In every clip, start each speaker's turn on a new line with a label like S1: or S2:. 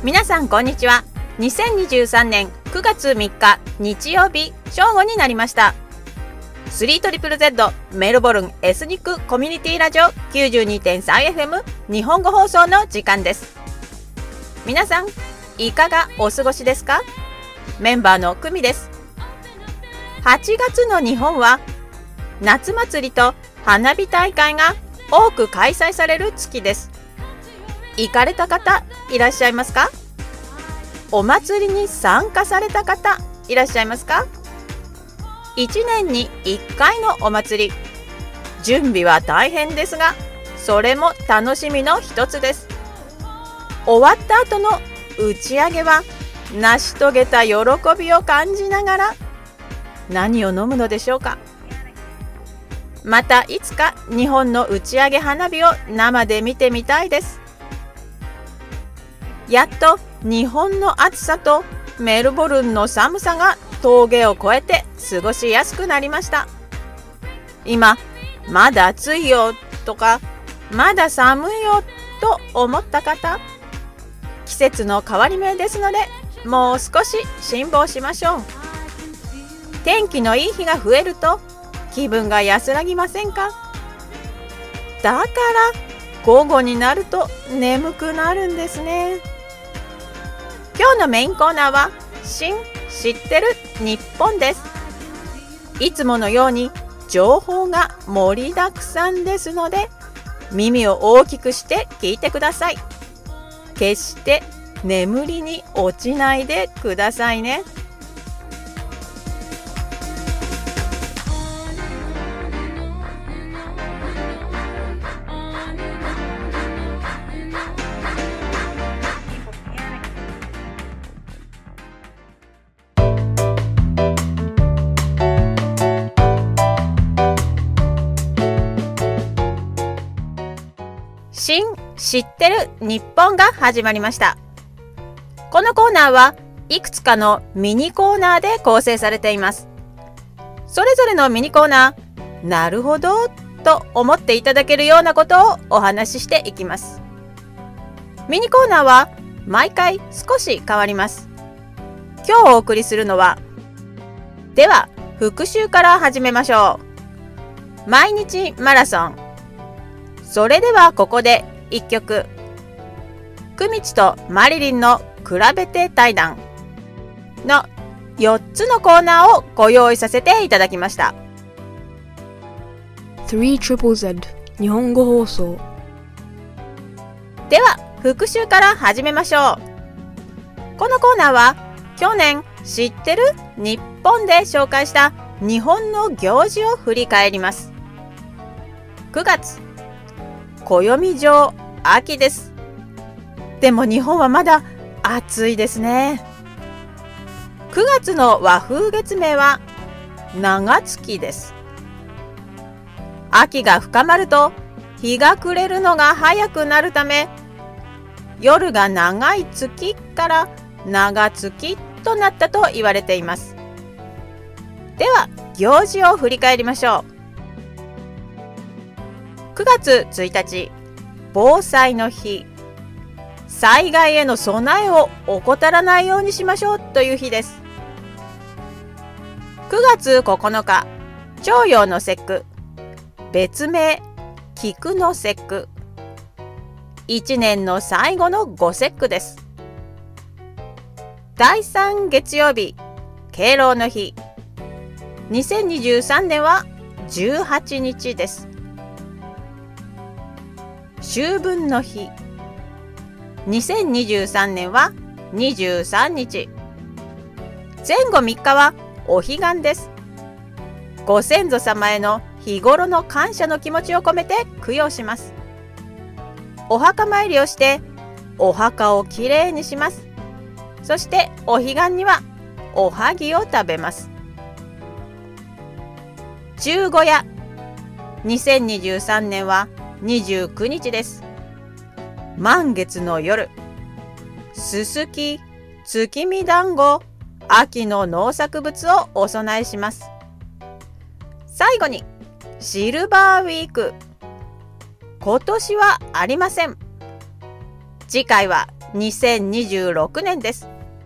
S1: 皆さんこんにちは。2023年9月3日日曜日正午になりました。 3ZZZ メルボルンエスニックコミュニティラジオ 92.3FM 日本語放送の時間です。皆さんいかがお過ごしですか？メンバーの久美です。8月の日本は夏祭りと花火大会が多く開催される月です。行かれた方いらっしゃいますか？お祭りに参加された方いらっしゃいますか？1年に1回のお祭り、準備は大変ですが、それも楽しみの一つです。終わった後の打ち上げは成し遂げた喜びを感じながら何を飲むのでしょうか。またいつか日本の打ち上げ花火を生で見てみたいです。やっと日本の暑さとメルボルンの寒さが峠を越えて過ごしやすくなりました。今まだ暑いよとかまだ寒いよと思った方、季節の変わり目ですのでもう少し辛抱しましょう。天気のいい日が増えると気分が安らぎませんか？だから午後になると眠くなるんですね。今日のメインコーナーは新知ってる日本です。いつものように情報が盛りだくさんですので耳を大きくして聞いてください。決して眠りに落ちないでくださいね。新知ってる日本が始まりました。このコーナーはいくつかのミニコーナーで構成されています。それぞれのミニコーナー、なるほどと思っていただけるようなことをお話ししていきます。ミニコーナーは毎回少し変わります。今日お送りするのは、では復習から始めましょう。毎日マラソン。それではここで1曲、久美ちとマリリンの比べて対談の4つのコーナーをご用意させていただきました。
S2: 3ZZZ 日本語放送。
S1: では復習から始めましょう。このコーナーは去年知ってる日本で紹介した日本の行事を振り返ります。9月暦上秋です。でも日本はまだ暑いですね。9月の和風月名は長月です。秋が深まると日が暮れるのが早くなるため、夜が長い月から長月となったと言われています。では行事を振り返りましょう。9月1日、防災の日。災害への備えを怠らないようにしましょうという日です。9月9日、徴用の節句。別名、菊の節句。1年の最後のご節句です。第3月曜日、敬老の日。2023年は18日です。秋分の日。2023年は23日。前後3日はお彼岸です。ご先祖様への日頃の感謝の気持ちを込めて供養します。お墓参りをしてお墓をきれいにします。そしてお彼岸にはおはぎを食べます。十五夜。2023年は29日です。満月の夜。すすき、月見団子、秋の農作物をお供えします。最後にシルバーウィーク。今年はありません。次回は 2026年です。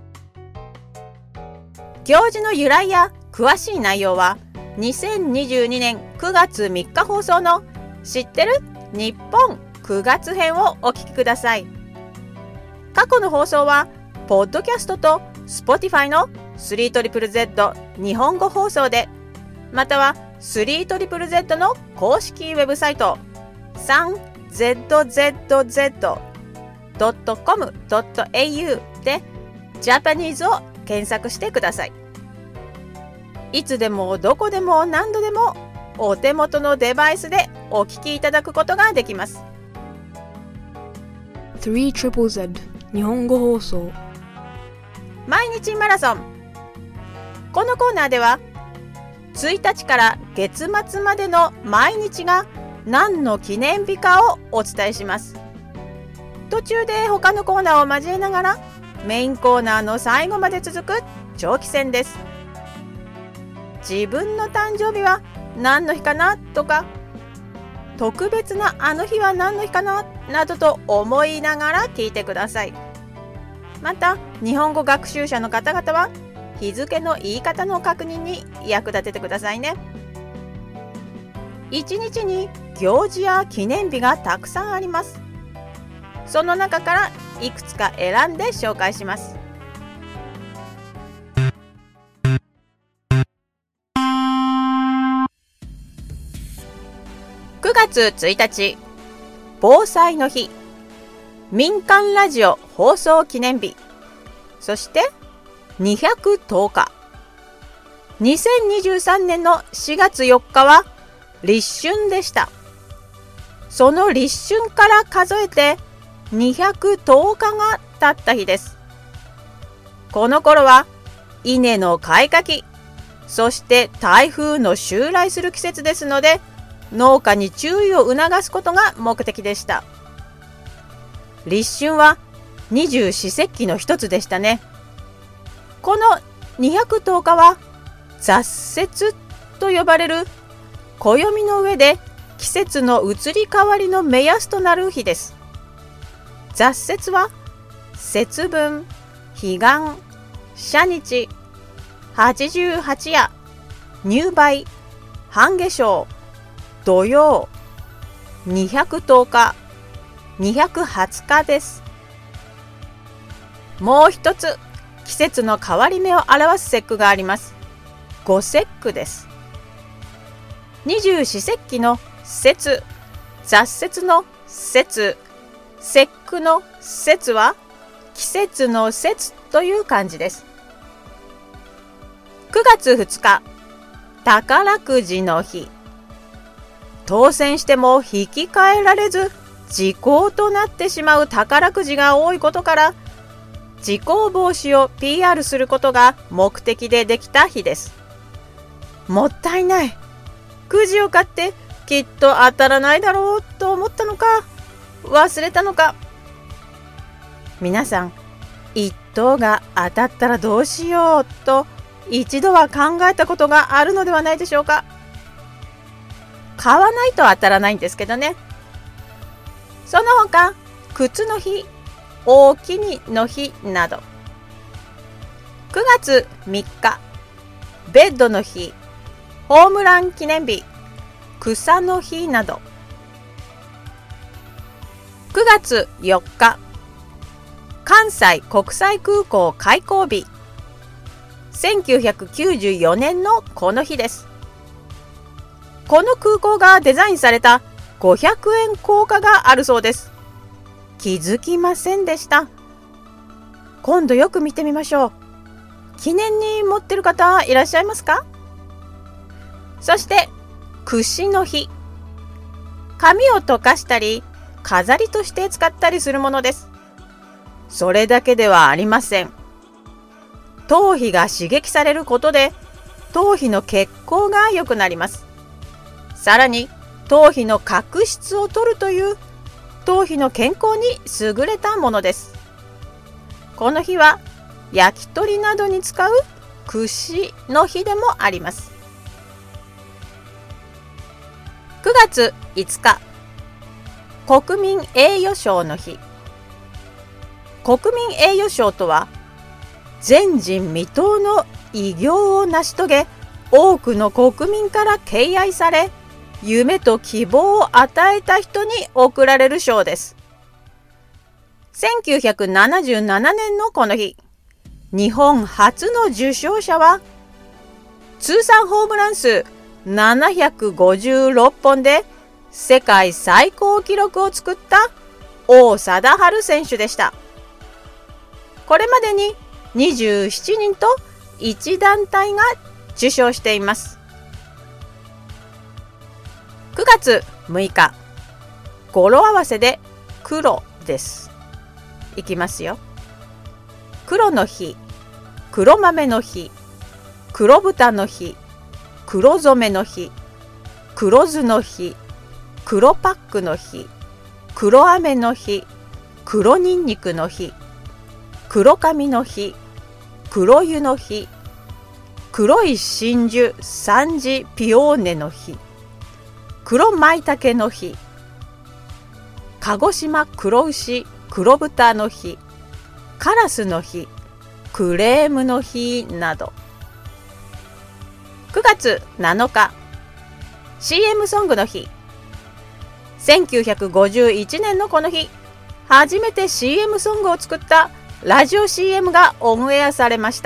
S1: 行事の由来や詳しい内容は2022年9月3日放送の知ってる日本9月編をお聞きください。過去の放送はポッドキャストと Spotify の 3ZZZ 日本語放送で、または 3ZZZ の公式ウェブサイト 3ZZZ.com.au でジャパニーズを検索してください。いつでもどこでも何度でもお手元のデバイスでお聞きいただくことができます。
S2: 3ZZZ 日本語放送
S1: 毎日マラソン。このコーナーでは1日から月末までの毎日が何の記念日かをお伝えします。途中で他のコーナーを交えながらメインコーナーの最後まで続く長期戦です。自分の誕生日は何の日かなとか、特別なあの日は何の日かななどと思いながら聞いてください。また日本語学習者の方々は日付の言い方の確認に役立ててくださいね。一日に行事や記念日がたくさんあります。その中からいくつか選んで紹介します。9月1日、防災の日、民間ラジオ放送記念日、そして210日。2023年の4月4日は立春でした。その立春から数えて210日が経った日です。この頃は稲の開花期、そして台風の襲来する季節ですので、農家に注意を促すことが目的でした。立春は二十四節気の一つでしたね。この210日は雑雪と呼ばれる暦の上で季節の移り変わりの目安となる日です。雑雪は節分、彼岸、社日、88夜、入梅、半夏生、土曜、210日、220日です。もう一つ季節の変わり目を表す節句があります。五節句です。二十四節気の節、雑雪の節、節句の節は季節の節という漢字です。9月2日、宝くじの日。当選しても引き換えられず時効となってしまう宝くじが多いことから、時効防止を PR することが目的でできた日です。もったいない。くじを買ってきっと当たらないだろうと思ったのか、忘れたのか。皆さん、一等が当たったらどうしようと一度は考えたことがあるのではないでしょうか。買わないと当たらないんですけどね。その他、靴の日、大きにの日など。9月3日、ベッドの日、ホームラン記念日、草の日など。9月4日、関西国際空港開港日。1994年のこの日です。この空港がデザインされた500円硬貨があるそうです。気づきませんでした。今度よく見てみましょう。記念に持ってる方いらっしゃいますか？そして櫛の日。紙を溶かしたり飾りとして使ったりするものです。それだけではありません。頭皮が刺激されることで頭皮の血行が良くなります。さらに頭皮の角質を取るという頭皮の健康に優れたものです。この日は焼き鳥などに使う櫛の日でもあります。9月5日、国民栄誉賞の日。 国民栄誉賞とは、前人未到の偉業を成し遂げ、多くの国民から敬愛され、夢と希望を与えた人に贈られる賞です。1977年のこの日、日本初の受賞者は、通算ホームラン数756本で世界最高記録を作った王貞治選手でした。これまでに27人と1団体が受賞しています。9月6日、語呂合わせで黒です。いきますよ。黒の日、黒豆の日、黒豚の日、黒染めの日、黒酢の日、黒パックの日、黒飴の日、黒ニンニクの日、黒髪の日、黒湯の日、黒い真珠サンジピオーネの日、黒舞茸の日、鹿児島黒牛黒豚の日、カラスの日、クレームの日など。9月7日、CM ソングの日。1951年のこの日、初めて CM ソングを作ったラジオ CM がオンエアされました。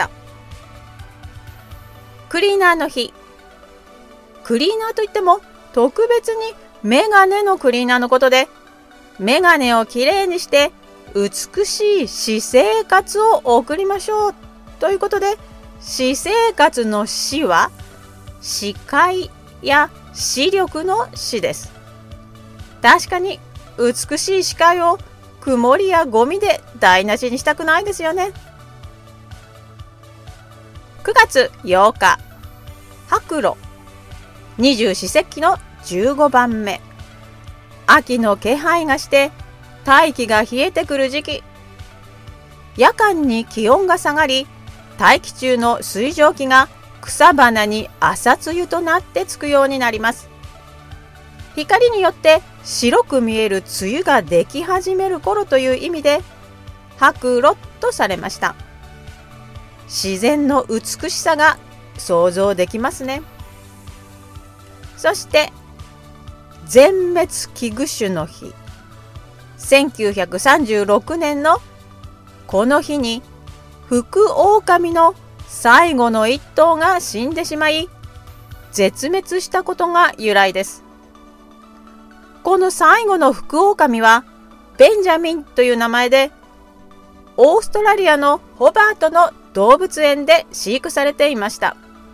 S1: クリーナーの日。クリーナーといっても特別にメガネのクリーナーのことで、メガネをきれいにして美しい私生活を送りましょうということで、私生活の視は視界や視力の視です。確かに美しい視界を曇りやゴミで台無しにしたくないですよね。9月8日、白露。二十四節気の15番目。秋の気配がして大気が冷えてくる時期。夜間に気温が下がり、大気中の水蒸気が草花に朝露となってつくようになります。光によって白く見える梅雨ができ始める頃という意味で白露とされました。自然の美しさが想像できますね。そして全滅危惧種の日。1936年のこの日に福狼の最後の一頭が死んでしまい絶滅したことが由来です。この最後の福狼はベンジャミンという名前でオーストラリアのホバートの動物園で飼育されていました。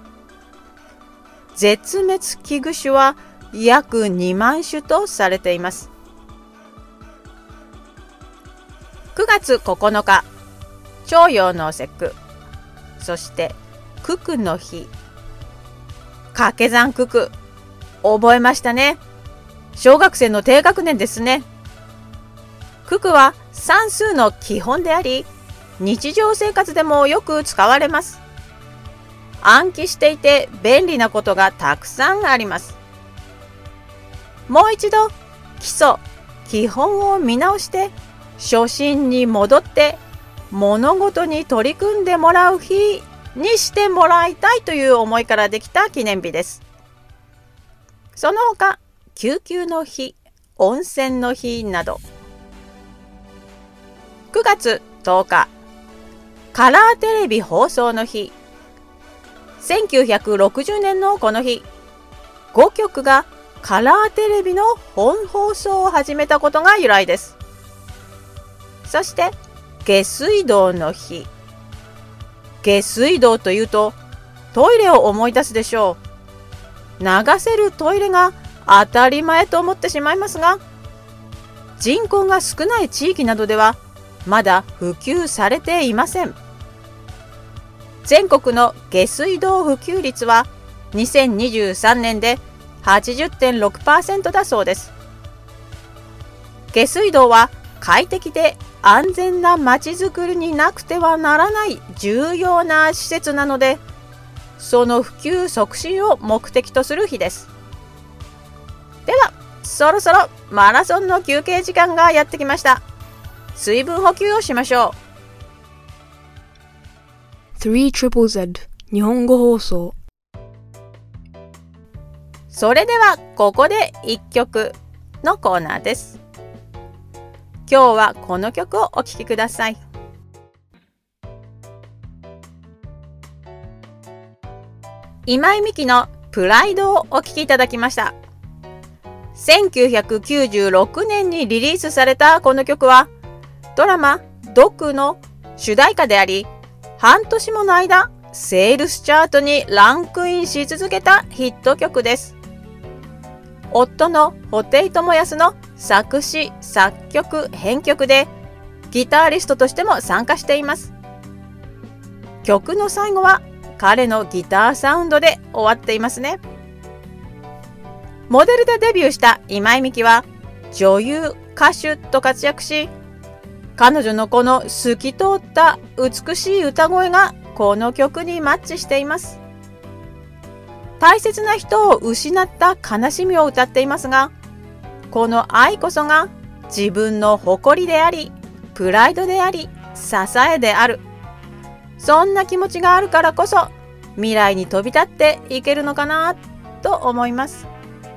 S1: 絶滅危惧種は約2万種とされています。9月9日、徴用の節句、そして九九の日。掛け算九九、覚えましたね。小学生の低学年ですね。九九は算数の基本であり、日常生活でもよく使われます。暗記していて便利なことがたくさんあります。もう一度基礎、基本を見直して初心に戻って物事に取り組んでもらう日にしてもらいたいという思いからできた記念日です。その他、救急の日、温泉の日など。9月10日、カラーテレビ放送の日。1960年のこの日、5局がカラーテレビの本放送を始めたことが由来です。そして下水道の日。下水道というとトイレを思い出すでしょう。流せるトイレが当たり前と思ってしまいますが、人口が少ない地域などではまだ普及されていません。全国の下水道普及率は2023年で 80.6% だそうです。下水道は快適で安全なまちづくりになくてはならない重要な施設なので、その普及促進を目的とする日です。では、そろそろマラソンの休憩時間がやってきました。 水分補給をしましょ
S2: う。3ZZZ 日本語放送。
S1: それではここで1曲のコーナーです。今日はこの曲をお聴きください。今井美樹のプライドをお聴きいただきました。1996年にリリースされたこの曲はドラマドクの主題歌であり、半年もの間セールスチャートにランクインし続けたヒット曲です。夫の布袋寅泰の作詞作曲編曲でギタリストとしても参加しています。曲の最後は彼のギターサウンドで終わっていますね。モデルでデビューした今井美樹は女優歌手と活躍し、彼女のこの透き通った美しい歌声がこの曲にマッチしています。大切な人を失った悲しみを歌っていますが、この愛こそが自分の誇りであり、プライドであり、支えである。そんな気持ちがあるからこそ未来に飛び立っていけるのかなと思います。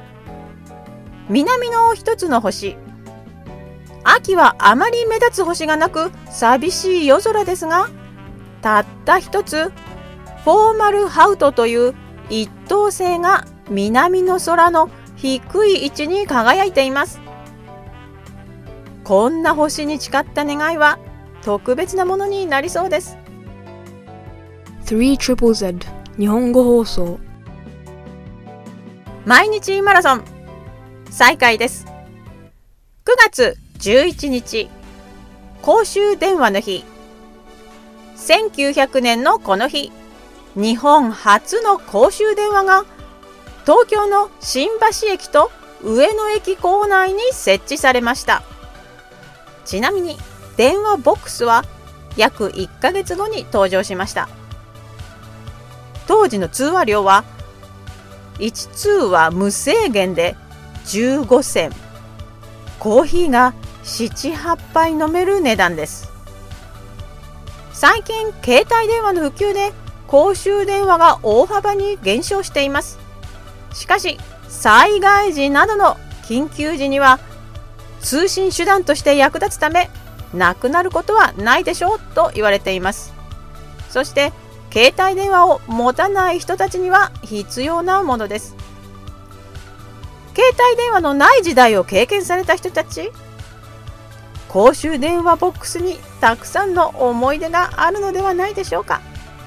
S1: 南の一つの星。秋はあまり目立つ星がなく寂しい夜空ですが、たった一つフォーマルハウトという一等星が南の空の低い位置に輝いています。こんな星に誓った願いは特別なものになりそうです。
S2: 3ZZZ 日本語放送。
S1: 毎日マラソン再開です。9月11日、公衆電話の日。1900年のこの日、日本初の公衆電話が東京の新橋駅と上野駅構内に設置されました。ちなみに電話ボックスは約1ヶ月後に登場しました。当時の通話料は1通話無制限で15銭、コーヒーが 7,8 杯飲める値段です。最近携帯電話の普及で公衆電話が大幅に減少しています。しかし災害時などの緊急時には通信手段として役立つため、なくなることはないでしょうと言われています。そして携帯電話を持たない人たちには必要なものです。携帯電話のない時代を経験された人たち、公衆電話ボックスにたくさんの思い出があるのではないでしょうか。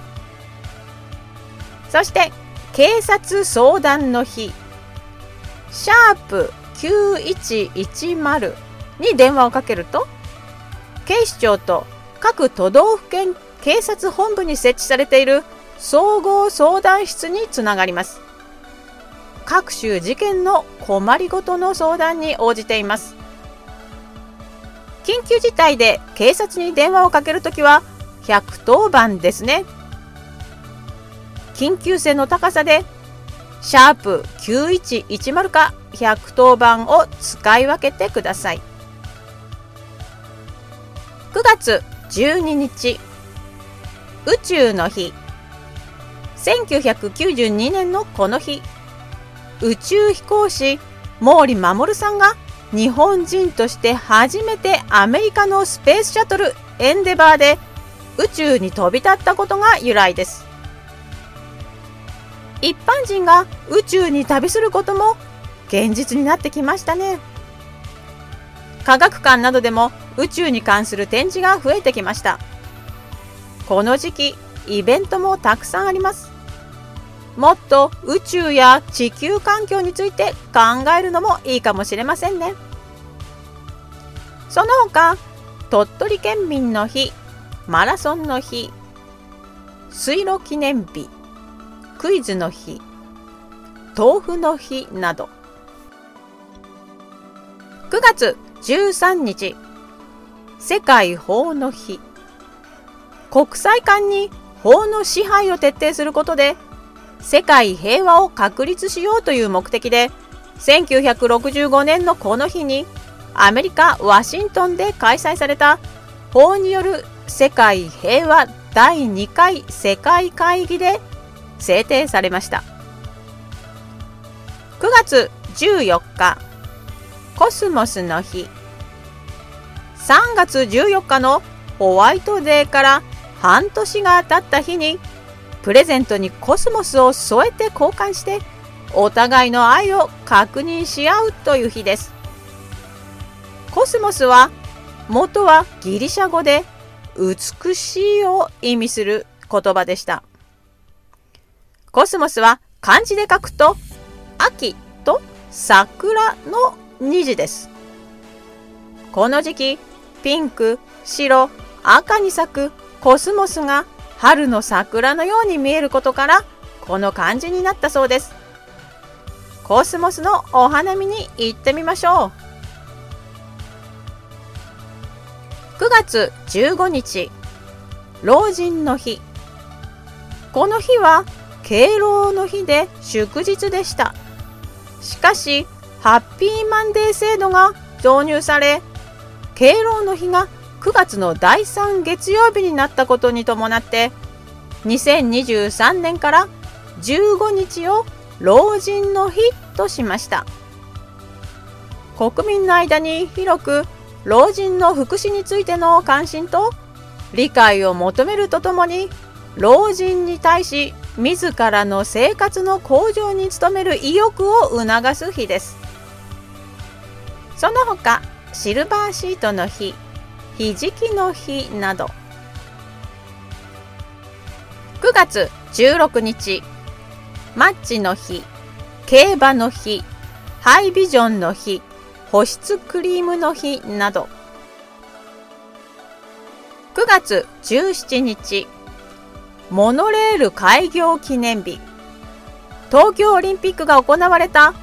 S1: そして警察相談の日、#9110に電話をかけると、警視庁と各都道府県警察本部に設置されている総合相談室につながります。各種事件の困りごとの相談に応じています。緊急事態で警察に電話をかけるときは110番ですね。緊急性の高さで#9110か110番を使い分けてください。9月12日、宇宙の日。1992年のこの日、宇宙飛行士毛利衛さんが日本人として初めてアメリカのスペースシャトルエンデバーで宇宙に飛び立ったことが由来です。一般人が宇宙に旅することも現実になってきましたね。科学館などでも宇宙に関する展示が増えてきました。この時期、イベントもたくさんあります。もっと宇宙や地球環境について考えるのもいいかもしれませんね。その他、鳥取県民の日、マラソンの日、水路記念日、クイズの日、豆腐の日など。9月13日、世界法の日。国際間に法の支配を徹底することで世界平和を確立しようという目的で、1965年のこの日にアメリカ・ワシントンで開催された法による世界平和第2回世界会議で制定されました。9月14日、コスモスの日。3月14日のホワイトデーから半年が経った日に、プレゼントにコスモスを添えて交換して、お互いの愛を確認し合うという日です。コスモスは、元はギリシャ語で美しいを意味する言葉でした。コスモスは漢字で書くと、秋と桜の2字です。この時期、ピンク、白、赤に咲くコスモスが春の桜のように見えることから、この漢字になったそうです。コスモスのお花見に行ってみましょう。9月15日、老人の日。この日は敬老の日で祝日でした。しかし、ハッピーマンデー制度が導入され、敬老の日が9月の第3月曜日になったことに伴って、2023年から15日を老人の日としました。国民の間に広く老人の福祉についての関心と理解を求めるとともに、老人に対し自らの生活の向上に努める意欲を促す日です。その他、シルバーシートの日、ひじきの日など。9月16日、マッチの日、競馬の日、ハイビジョンの日、保湿クリームの日など。9月17日、モノレール開業記念日。東京オリンピックが行われた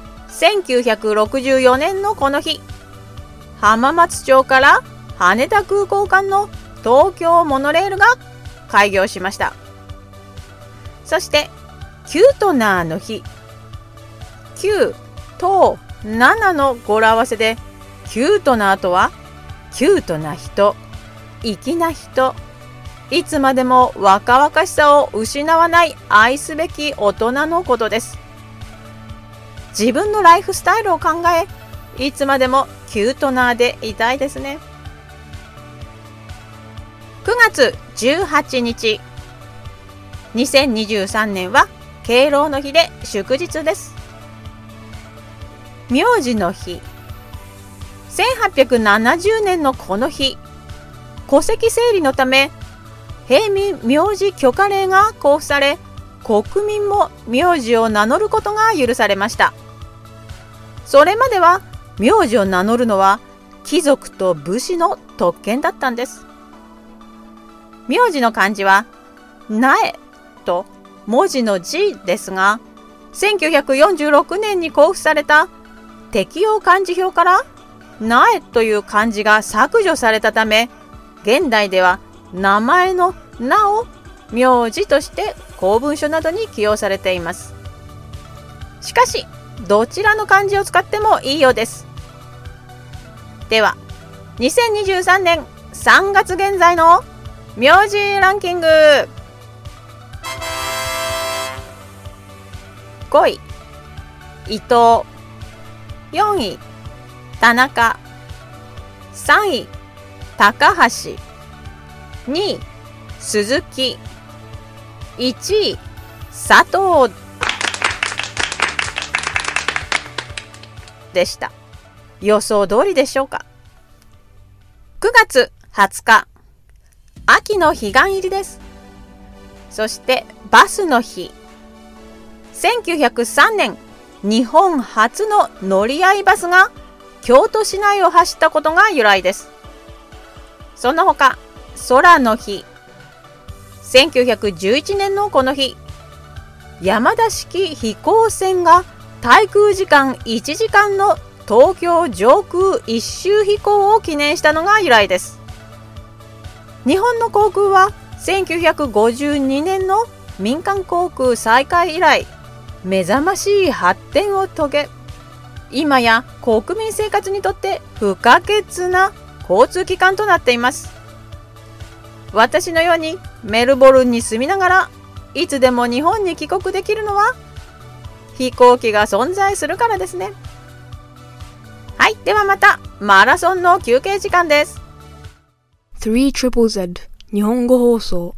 S1: 1964年のこの日、浜松町から羽田空港間の東京モノレールが開業しました。そして、キュートナーの日。9と7の語呂合わせで、キュートナーとは、キュートな人、粋な人、いつまでも若々しさを失わない愛すべき大人のことです。自分のライフスタイルを考え、いつまでもキュートナーでいたいですね。9月18日、2023年は敬老の日で祝日です。名字の日。1870年のこの日、戸籍整理のため平民名字許可令が交付され、国民も名字を名乗ることが許されました。それまでは名字を名乗るのは貴族と武士の特権だったんです。名字の漢字は苗と文字の字ですが、1946年に交付された適用漢字表から苗という漢字が削除されたため、現代では名前の名を名字として公文書などに起用されています。しかし、どちらの漢字を使ってもいいようです。では、2023年3月現在の名字ランキング。5位、伊藤。4位、田中。3位、高橋。2位、鈴木。1位、佐藤でした。予想通りでしょうか。9月20日、秋の彼岸入りです。そしてバスの日。1903年、日本初の乗り合いバスが京都市内を走ったことが由来です。その他、空の日。1911年のこの日、山田式飛行船が滞空時間1時間の東京上空一周飛行を記念したのが由来です。日本の航空は1952年の民間航空再開以来、目覚ましい発展を遂げ、 今や国民生活にとって不可欠な交通機関となっています。私のようにメルボルンに住みながらいつでも日本に帰国できるのは飛行機が存在するからですね。はい、ではまたマラソンの休憩時間です。
S2: 3ZZZ 日本語放送。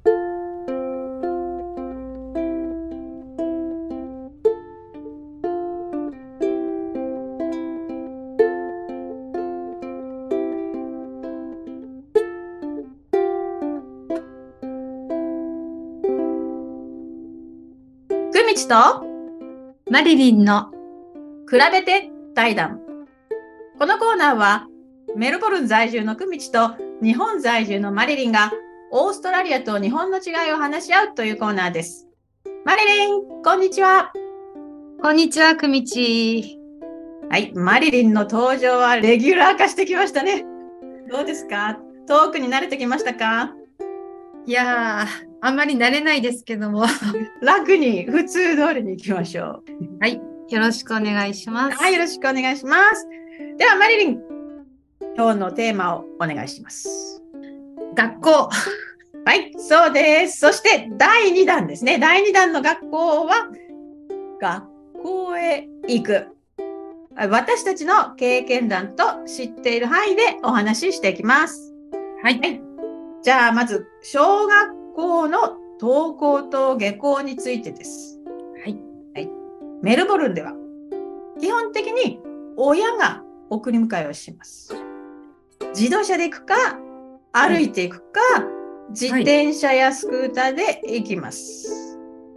S1: くみちと
S3: マリリンの
S1: 比べて対談。このコーナーはメルボルン在住のくみちと日本在住のマリリンがオーストラリアと日本の違いを話し合うというコーナーです。マリリン、こんにちは。
S3: こんにちは、くみち。
S1: はい、マリリンの登場はレギュラー化してきましたね。どうですか？トークに慣れてきましたか？
S3: いやー、あんまり慣れないですけども。
S1: 楽に普通通りに行きましょう。
S3: はい、よろしくお願いします。
S1: はい、よろしくお願いします。ではマリリン、今日のテーマをお願いします。
S3: 学校。
S1: はい、そうです。そして第2弾ですね。第2弾の学校は学校へ行く。私たちの経験談と知っている範囲でお話ししていきます。
S3: はい。
S1: じゃあまず小学校の登校と下校についてです。
S3: はい。
S1: メルボルンでは基本的に親が送り迎えをします。自動車で行くか歩いていくか、自転車やスクーターで行きます。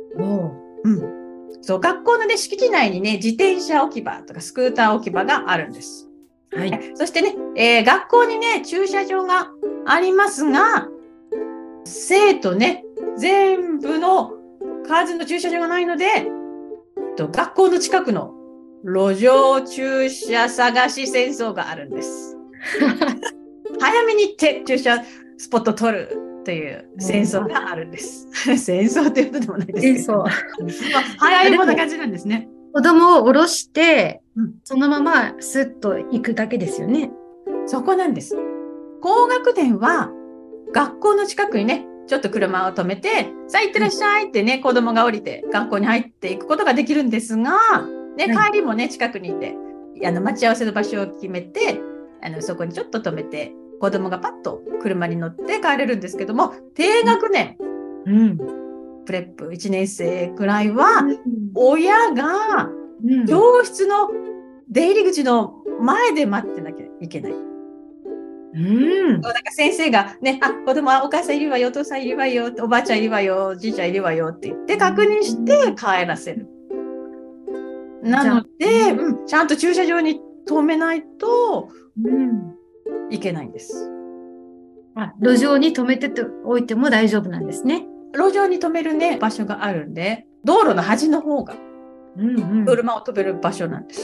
S1: そう、学校のね、敷地内にね、自転車置き場とかスクーター置き場があるんです。
S3: はい。
S1: そしてね、学校にね、駐車場がありますが、生徒ね、全部の数の駐車場がないので、学校の近くの路上駐車探し戦争があるんです。早めに行って駐車スポット取るという戦争があるんです。戦争っていうことでもないですけど。早いもの感じなんですね。
S3: 子供を降ろして、そのままスッと行くだけですよね。
S1: そこなんです。高学年は学校の近くにね、ちょっと車を止めて、さあ行ってらっしゃいってね、子供が降りて学校に入っていくことができるんですが、ね、帰りもね、近くにいて、待ち合わせの場所を決めて、そこにちょっと止めて、子供がパッと車に乗って帰れるんですけども、低学年、プレップ1年生くらいは、親が教室の出入り口の前で待ってなきゃいけない。なんか先生がね、子供はお母さんいるわよ、お父さんいるわよ、おばあちゃんいるわよ、おじいちゃんいるわよって言って確認して帰らせる。なので、ちゃんと駐車場に止めないといけないんです。
S3: 路上に止めておいても大丈夫なんですね。
S1: 路上に止めるね、場所があるんで、道路の端の方が車を止める場所なんです。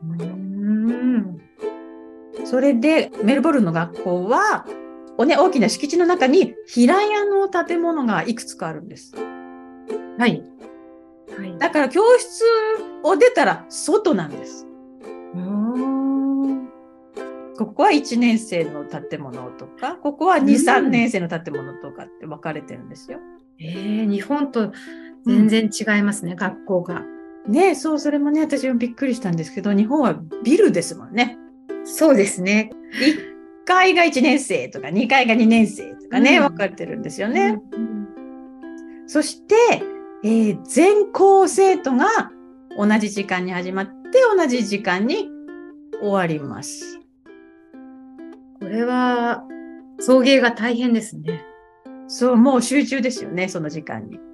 S1: それでメルボルンの学校は、大きな敷地の中に平屋の建物がいくつかあるんです。
S3: はい。
S1: だから教室を出たら外なんです。ここは1年生の建物とか、ここは2、3年生の建物とかって分かれてるんですよ。
S3: 日本と全然違いますね、学校が。
S1: ね、そう、それもね、私もびっくりしたんですけど、日本はビルですもんね。
S3: そうですね。
S1: 1階が1年生とか、2階が2年生とかね、分かれてるんですよね。そして、全校生徒が同じ時間に始まって、同じ時間に終わります。
S3: これは、送迎が大変ですね。
S1: そう、もう集中ですよね、その時間に。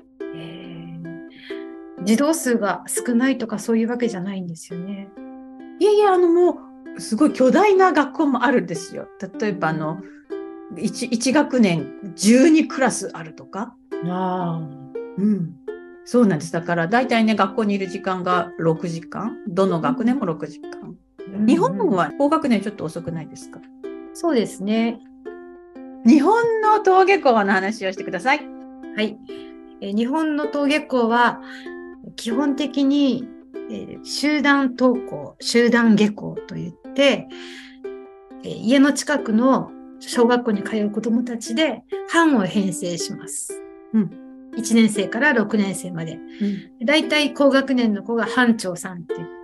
S3: 児童数が少ないとかそういうわけじゃないんですよね。
S1: いやいや、もう、すごい巨大な学校もあるんですよ。例えば、1学年12クラスあるとか。そうなんです。だから、大体ね、学校にいる時間が6時間。どの学年も6時間。日本は高学年ちょっと遅くないですか？
S3: そうですね。
S1: 日本の登下校の話をしてください。
S3: はい。日本の登下校は基本的に集団登校、集団下校といって、家の近くの小学校に通う子どもたちで班を編成します。1年生から6年生まで。だいたい高学年の子が班長さんって言って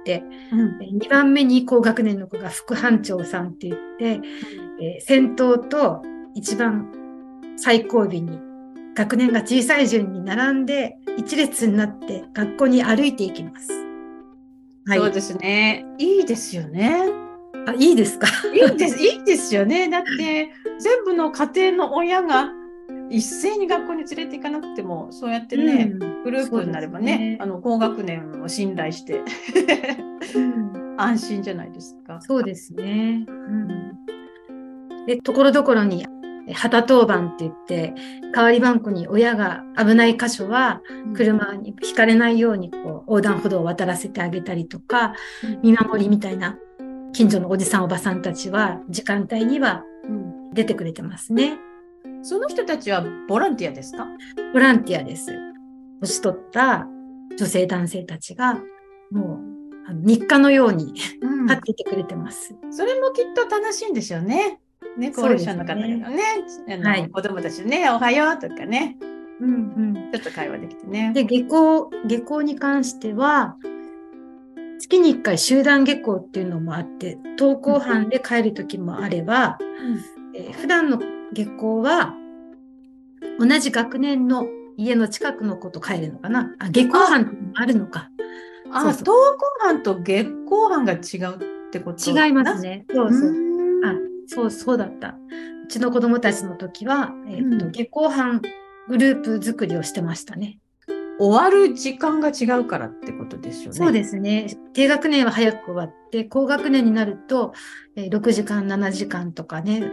S3: 、2番目に高学年の子が副班長さんって言って、先頭と一番最後尾に学年が小さい順に並んで一列になって学校に歩いていきます。
S1: そうですね。いいですよね。
S3: いいですか？
S1: いいですよね。だって全部の家庭の親が一斉に学校に連れて行かなくても、そうやってね、グループになればね、高学年を信頼して安心じゃないですか。
S3: そうですね。で、ところどころに旗当番って言って、代わり番号に親が危ない箇所は車にひかれないようにこう横断歩道を渡らせてあげたりとか、見守りみたいな近所のおじさんおばさんたちは時間帯には出てくれてますね。
S1: その人たちはボランティアですか？
S3: ボランティアです。年取った女性男性たちがもう日課のように立っていてくれてます。
S1: それもきっと楽しいんでしょうね。高齢者の方がね、子供たちね、おはようとかね、ちょっと会話できてね。
S3: で、下校に関しては、月に1回集団下校っていうのもあって、登校班で帰る時もあれば、普段の下校は同じ学年の家の近くの子と帰るのかな。下校班ってあるのか。
S1: 登校班と下校班が違うってこと
S3: 違いますね。そうだった。うちの子供たちの時は、下校班グループ作りをしてましたね。
S1: 終わる時間が違うからってことですよね。
S3: そうですね。低学年は早く終わって、高学年になると、6時間、7時間とかね。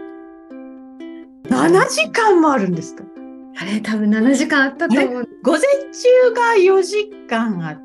S1: 7時間もあるんですか？
S3: あれ、多分7時間あったと思う。
S1: 午前中が4時間あって、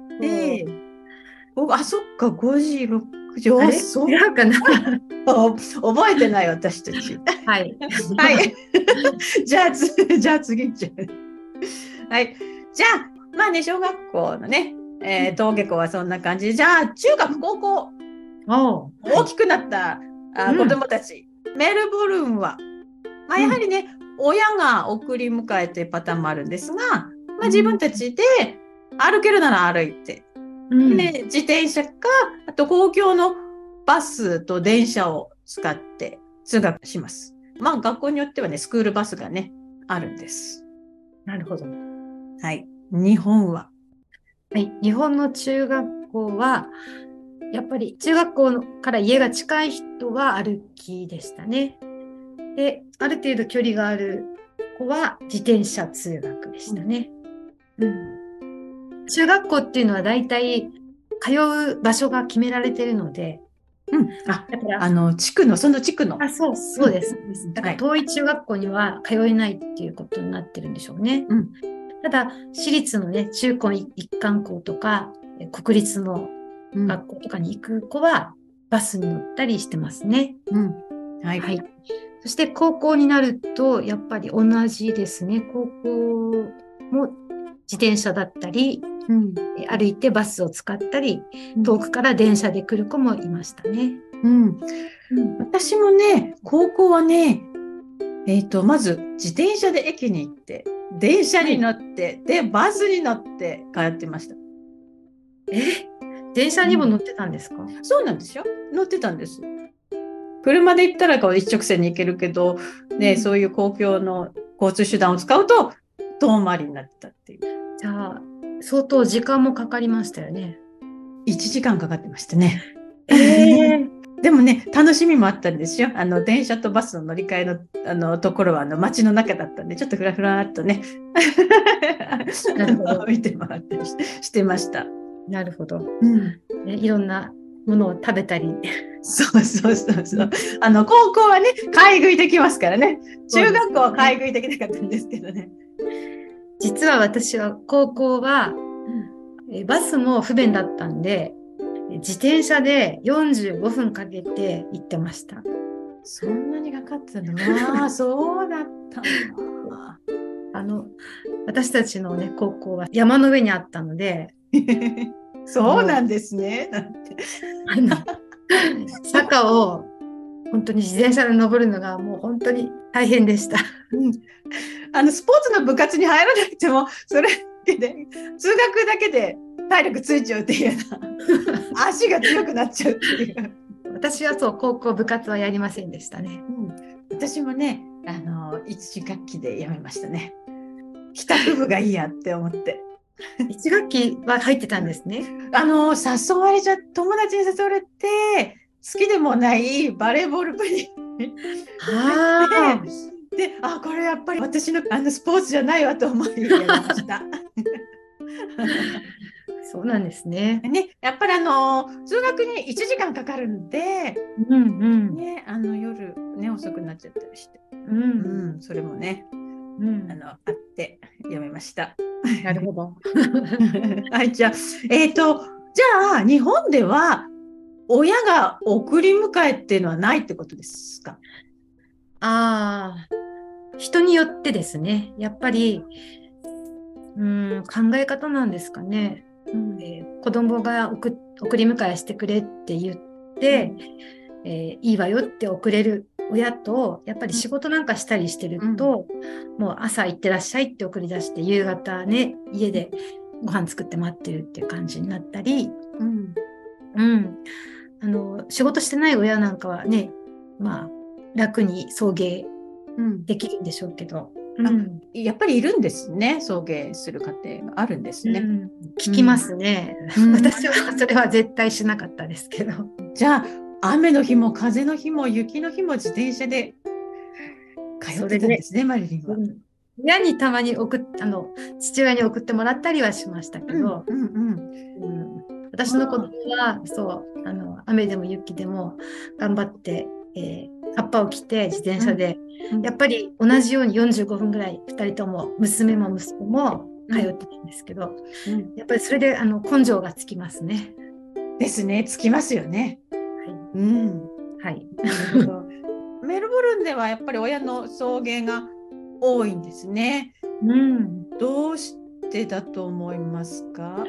S1: そっか、5時、6時、
S3: 違うかな
S1: 覚えてない私たち。
S3: はい。
S1: はい。じゃあ次行っちゃう。はい。じゃあ、まあね、小学校のね、登下校はそんな感じで、じゃあ、中学、高校、大きくなった子供たち、メルボルンは、まあ、やはりね、親が送り迎えてパターンもあるんですが、まあ、自分たちで歩けるなら歩いて、で自転車か、あと公共のバスと電車を使って通学します。まあ、学校によってはね、スクールバスがね、あるんです。
S3: なるほど。
S1: はい。日本は？
S3: はい。日本の中学校は、やっぱり中学校から家が近い人は歩きでしたね。で、ある程度距離がある子は自転車通学でしたね。中学校っていうのはだいたい通う場所が決められているので、
S1: だからその地区の。
S3: そうです。だから遠い中学校には通えないっていうことになってるんでしょうね。ただ、私立のね、中高一貫校とか、国立の学校とかに行く子は、バスに乗ったりしてますね。はい。そして、高校になると、やっぱり同じですね。高校も自転車だったり、歩いてバスを使ったり、遠くから電車で来る子もいましたね。
S1: 私もね、高校はね、まず自転車で駅に行って、電車に乗って、で、バスに乗って通ってました。
S3: 電車にも乗ってたんですか？
S1: そうなんですよ。乗ってたんです。車で行ったら一直線に行けるけど、ね、そういう公共の交通手段を使うと、遠回りになってたっていう。
S3: じゃあ、相当時間もかかりましたよね。
S1: 1時間かかってましたね。でもね、楽しみもあったんですよ。電車とバスの乗り換えのところは街の中だったんで、ちょっとふらふらっとね、見てもらったりしてました。
S3: なるほど。いろんなものを食べたり。
S1: そう。高校はね、買い食いできますからね。中学校は買い食いできなかったんですけどね。
S3: 実は私は高校は、バスも不便だったんで、自転車で45分かけて行ってました。
S1: そんなにかかってたの？そうだった
S3: の。私たちのね、高校は山の上にあったので、
S1: そうなんですね。なんて
S3: 坂を本当に自転車で登るのがもう本当に大変でした。
S1: スポーツの部活に入らなくても、それだけで、通学だけで体力ついちゃうっていうような、足が強くなっちゃうっていう。
S3: 私はそう、高校部活はやりませんでしたね。
S1: 私もね、1学期でやめましたね。帰宅部がいいやって思って。
S3: 1学期は入ってたんですね。
S1: 友達に誘われて、好きでもないバレーボール部に入って、で、これやっぱり私のスポーツじゃないわと思いやりました。
S3: そうなんですね。
S1: やっぱり通学に1時間かかるんで、夜ね遅くなっちゃったりして、それもね、あってやめました。
S3: なるほど。
S1: はい、じゃあ日本では親が送り迎えっていうのはないってことですか？
S3: 人によってですね、やっぱり考え方なんですかね。子供が送り迎えしてくれって言って、いいわよって送れる親と、やっぱり仕事なんかしたりしてると、もう朝行ってらっしゃいって送り出して、夕方ね、家でご飯作って待ってるっていう感じになったり、仕事してない親なんかはね、楽に送迎できるんでしょうけど、
S1: やっぱりいるんですね。送迎する家庭があるんですね。
S3: 聞きますね。私はそれは絶対しなかったですけど。
S1: じゃあ雨の日も風の日も雪の日も自転車で通ってたんですね、マリリンは。
S3: 親にたまに父親に送ってもらったりはしましたけど、私の子供は雨でも雪でも頑張ってカッパを着て自転車で、やっぱり同じように45分ぐらい2人とも娘も息子も通ってたんですけど、やっぱりそれで根性がつきますね。
S1: ですね、つきますよね。
S3: はい。
S1: メルボルンではやっぱり親の送迎が多いんですね。どうしてだと思いますか？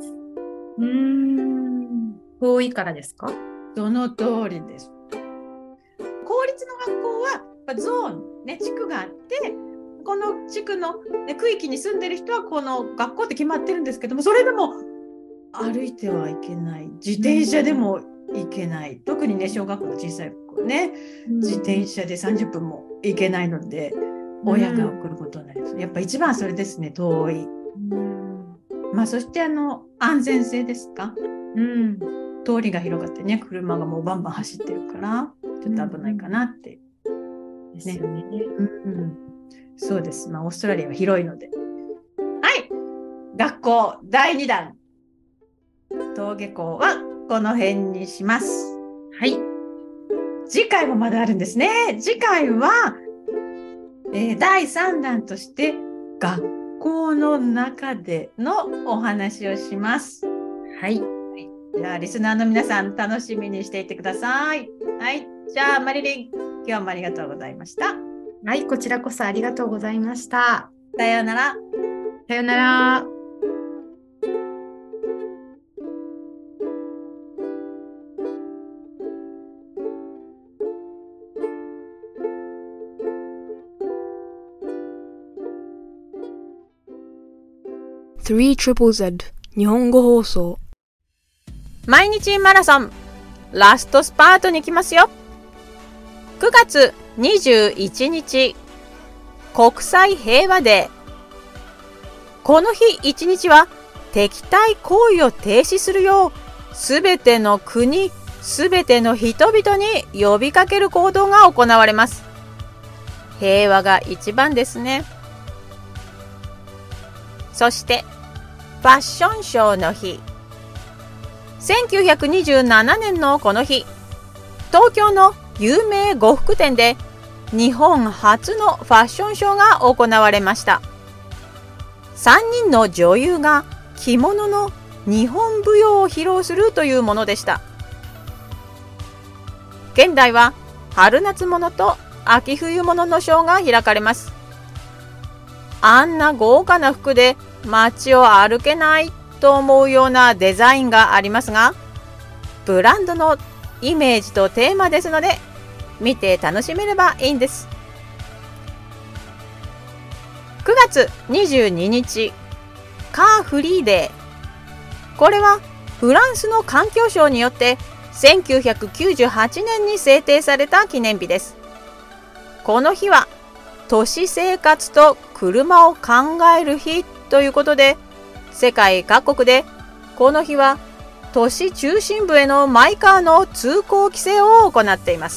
S3: 遠いからですか？
S1: その通りです。公立の学校はゾーン、地区があって、この地区の、区域に住んでる人はこの学校って決まってるんですけども、それでも歩いてはいけない、自転車でも行けない、特にね小学校の小さい子ね、自転車で30分も行けないので、親が送ることになります。やっぱ一番それですね、遠い。そして安全性ですか？通りが広がってね、車がもうバンバン走ってるからちょっと危ないかなって、
S3: ですよね。
S1: そうです。オーストラリアは広いので。はい、学校第2弾登下校はこの辺にします。
S3: はい。
S1: 次回もまだあるんですね。次回は、第3弾として学校の中でのお話をします。
S3: はい。
S1: じゃあリスナーの皆さん楽しみにしていてください。はい。じゃあマリリン、今日もありがとうございました。
S3: はい、こちらこそありがとうございました。
S1: さようなら。
S3: さようなら。
S2: 3ZZZ 日本語放送。
S1: 毎日マラソンラストスパートに来ますよ。9月21日国際平和デー。この日1日は敵対行為を停止するようすべての国、すべての人々に呼びかける行動が行われます。平和が一番ですね。そしてファッションショーの日。1927年のこの日、東京の有名呉服店で日本初のファッションショーが行われました。3人の女優が着物の日本舞踊を披露するというものでした。現代は春夏物と秋冬物のショーが開かれます。あんな豪華な服で街を歩けないと思うようなデザインがありますが、ブランドのイメージとテーマですので、見て楽しめればいいんです。9月22日、カーフリーデー。これはフランスの環境省によって1998年に制定された記念日です。この日は都市生活と車を考える日ということで、世界各国でこの日は都市中心部へのマイカーの通行規制を行っています。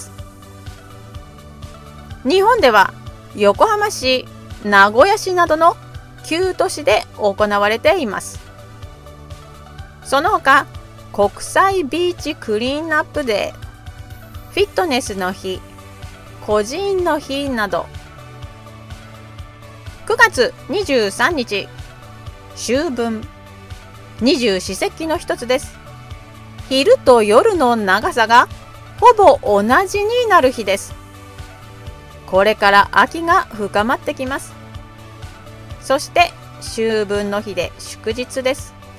S1: 日本では横浜市、名古屋市などの9都市で行われています。その他、国際ビーチクリーンアップデー、フィットネスの日、個人の日など。9月23日、秋分、二十四節気の一つです。昼と夜の長さがほぼ同じになる日です。これから秋が深まってきます。そして秋分の日で祝日です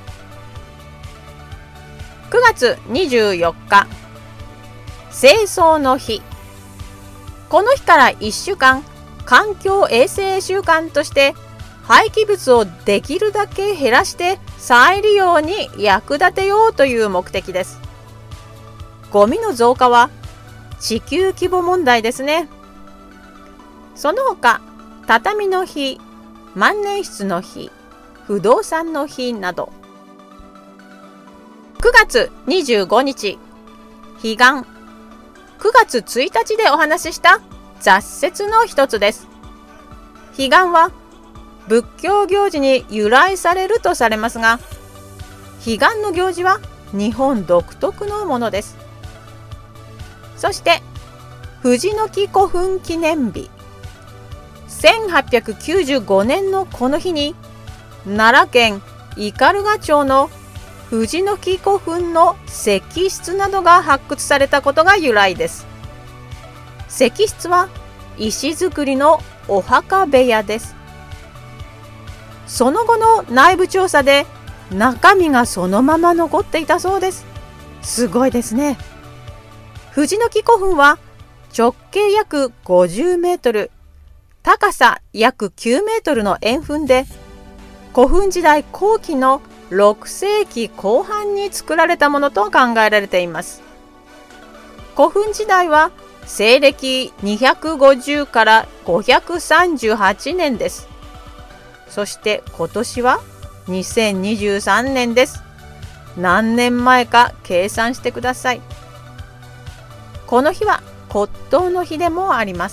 S1: 。9月24日、清掃の日。この日から1週間、環境衛生週間として廃棄物をできるだけ減らして再利用に役立てようという目的です。ゴミの増加は地球規模問題ですね。その他、畳の日、万年筆の日、不動産の日など。9月25日、彼岸。9月1日でお話しした雑雪の一つです。彼岸は仏教行事に由来されるとされますが、彼岸の行事は日本独特のものです。そして藤の木古墳記念日。1895年のこの日に奈良県斑鳩町の藤の木古墳の石室などが発掘されたことが由来です。石室は石造りのお墓部屋です。その後の内部調査で中身がそのまま残っていたそうです。すごいですね。藤の木古墳は直径約50メートル、高さ約9メートルの円墳で、古墳時代後期の6世紀後半に作られたものと考えられています。古墳時代は西暦250から538年です。そして今年は2023年です。何年前か計算してください。この日は骨董の日でもあります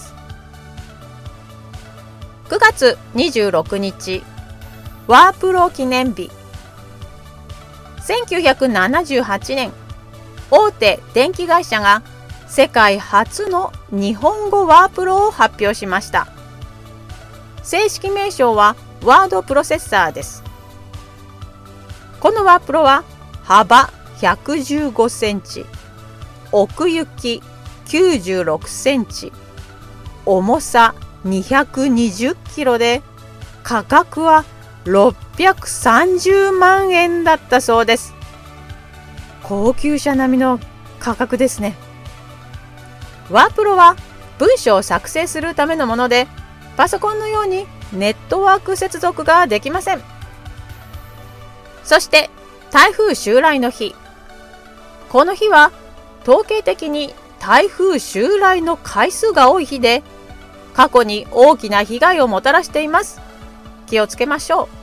S1: 。9月26日、ワープロ記念日。1978年、大手電気会社が世界初の日本語ワープロを発表しました。正式名称はワードプロセッサーです。このワープロは幅115センチ、奥行き96センチ、重さ220キロで、価格は630万円だったそうです。高級車並みの価格ですね。ワープロは文章を作成するためのもので、パソコンのようにネットワーク接続ができません。そして台風襲来の日。この日は統計的に台風襲来の回数が多い日で、過去に大きな被害をもたらしています。気をつけましょ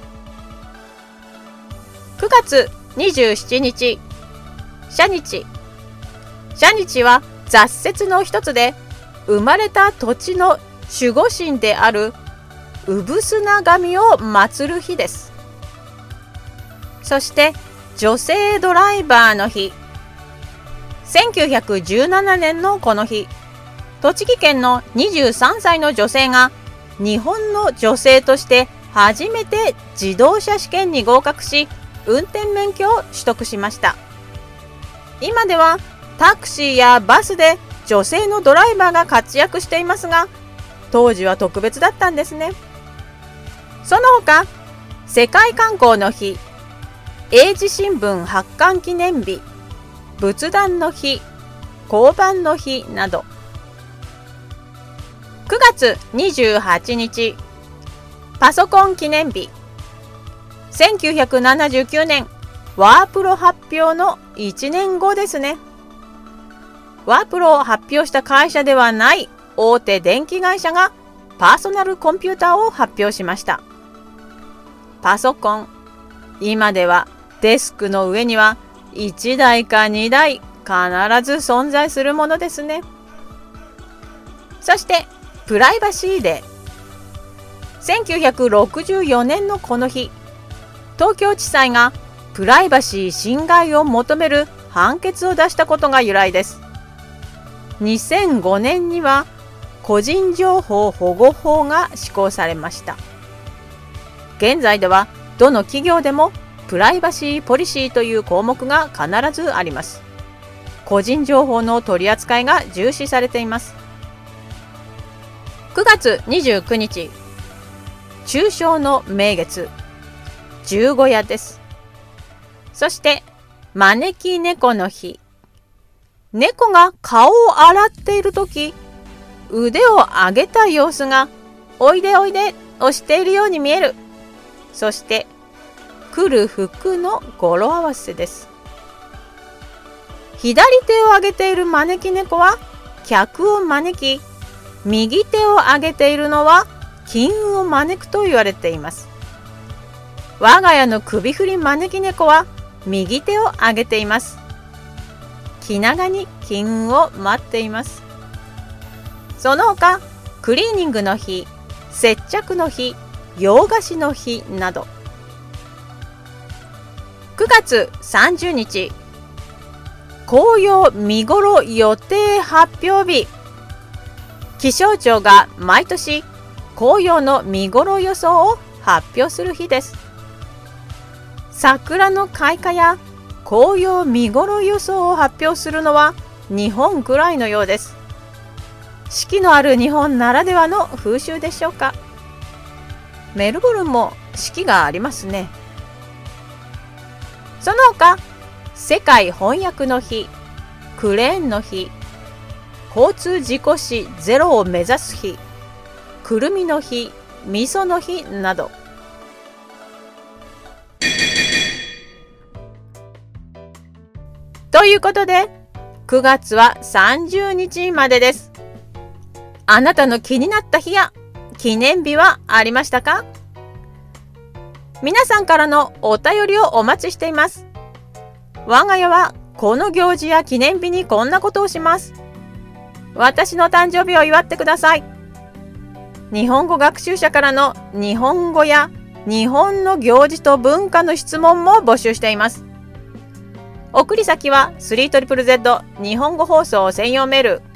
S1: う。9月27日、謝日。謝日は雑雪の一つで、生まれた土地の守護神である産砂神を祀る日です。そして女性ドライバーの日。1917年のこの日、栃木県の23歳の女性が日本の女性として初めて自動車試験に合格し、運転免許を取得しました。今ではタクシーやバスで女性のドライバーが活躍していますが、当時は特別だったんですね。その他、世界観光の日。 英字新聞発刊記念日、仏壇の日、交番の日など。9月28日、パソコン記念日。1979年、ワープロ発表の1年後ですね。ワープロを発表した会社ではない大手電気会社がパーソナルコンピューターを発表しました。パソコン、今ではデスクの上には1台か2台必ず存在するものですね。そしてプライバシーデー。1964年のこの日、東京地裁がプライバシー侵害を求める判決を出したことが由来です。2005年には個人情報保護法が施行されました。現在ではどの企業でもプライバシーポリシーという項目が必ずあります。個人情報の取り扱いが重視されています。9月29日、中秋の名月、十五夜です。そして招き猫の日。猫が顔を洗っているとき、腕を上げた様子がおいでおいでをしているように見える。そして来る服の語呂合わせです。左手を上げている招き猫は客を招き、右手を上げているのは金運を招くと言われています。我が家の首振り招き猫は右手を上げています。気長に金運を待っています。その他、クリーニングの日、接着の日、洋菓子の日など。9月30日、紅葉見頃予定発表日。気象庁が毎年紅葉の見頃予想を発表する日です。桜の開花や紅葉見頃予想を発表するのは日本くらいのようです。四季のある日本ならではの風習でしょうか。メルボルンも四季がありますね。その他、世界翻訳の日、クレーンの日、交通事故死ゼロを目指す日、くるみの日、味噌の日など。ということで、9月は30日までです。あなたの気になった日や記念日はありましたか？皆さんからのお便りをお待ちしています。我が家はこの行事や記念日にこんなことをします。私の誕生日を祝ってください。日本語学習者からの日本語や日本の行事と文化の質問も募集しています。送り先は 3ZZZ 日本語放送専用メール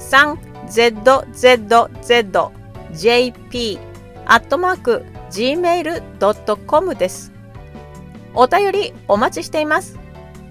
S1: 3ZZZJP@gmail.com です。お便りお待ちしています。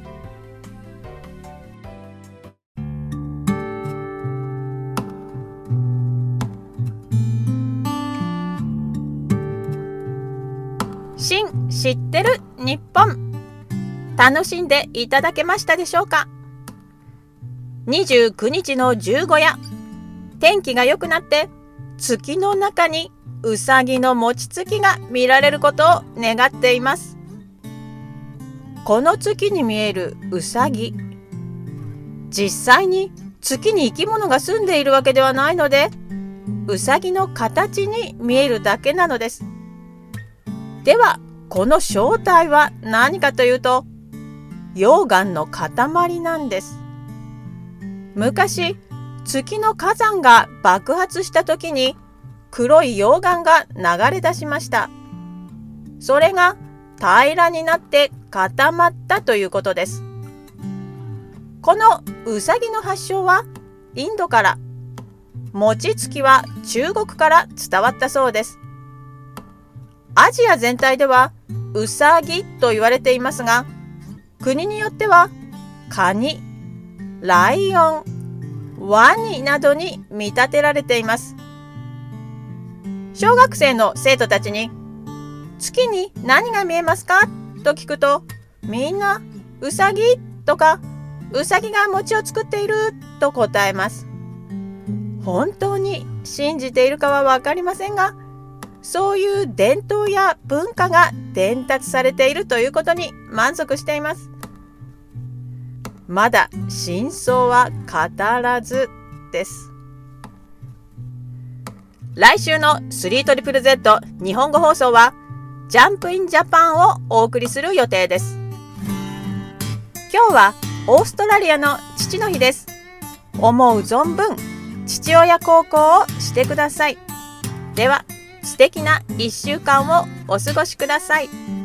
S1: 新知ってる日本、楽しんでいただけましたでしょうか。29日の十五夜、天気が良くなって月の中にうさぎの餅つきが見られることを願っています。この月に見えるうさぎ、実際に月に生き物が住んでいるわけではないので、うさぎの形に見えるだけなのです。ではこの正体は何かというと、溶岩の塊なんです。昔、月の火山が爆発した時に黒い溶岩が流れ出しました。それが平らになって固まったということです。このうさぎの発祥はインドから、餅つきは中国から伝わったそうです。アジア全体ではうさぎと言われていますが、国によってはカニ、ライオン、ワニなどに見立てられています。小学生の生徒たちに月に何が見えますかと聞くと、 みんなうさぎとかうさぎが餅を作っていると答えます。本当に信じているかは分かりませんが、そういう伝統や文化が伝達されているということに満足しています。まだ真相は語らずです。来週の 3ZZZ 日本語放送はジャンプインジャパンをお送りする予定です。今日はオーストラリアの父の日です。思う存分父親孝行をしてください。では素敵な1週間をお過ごしください。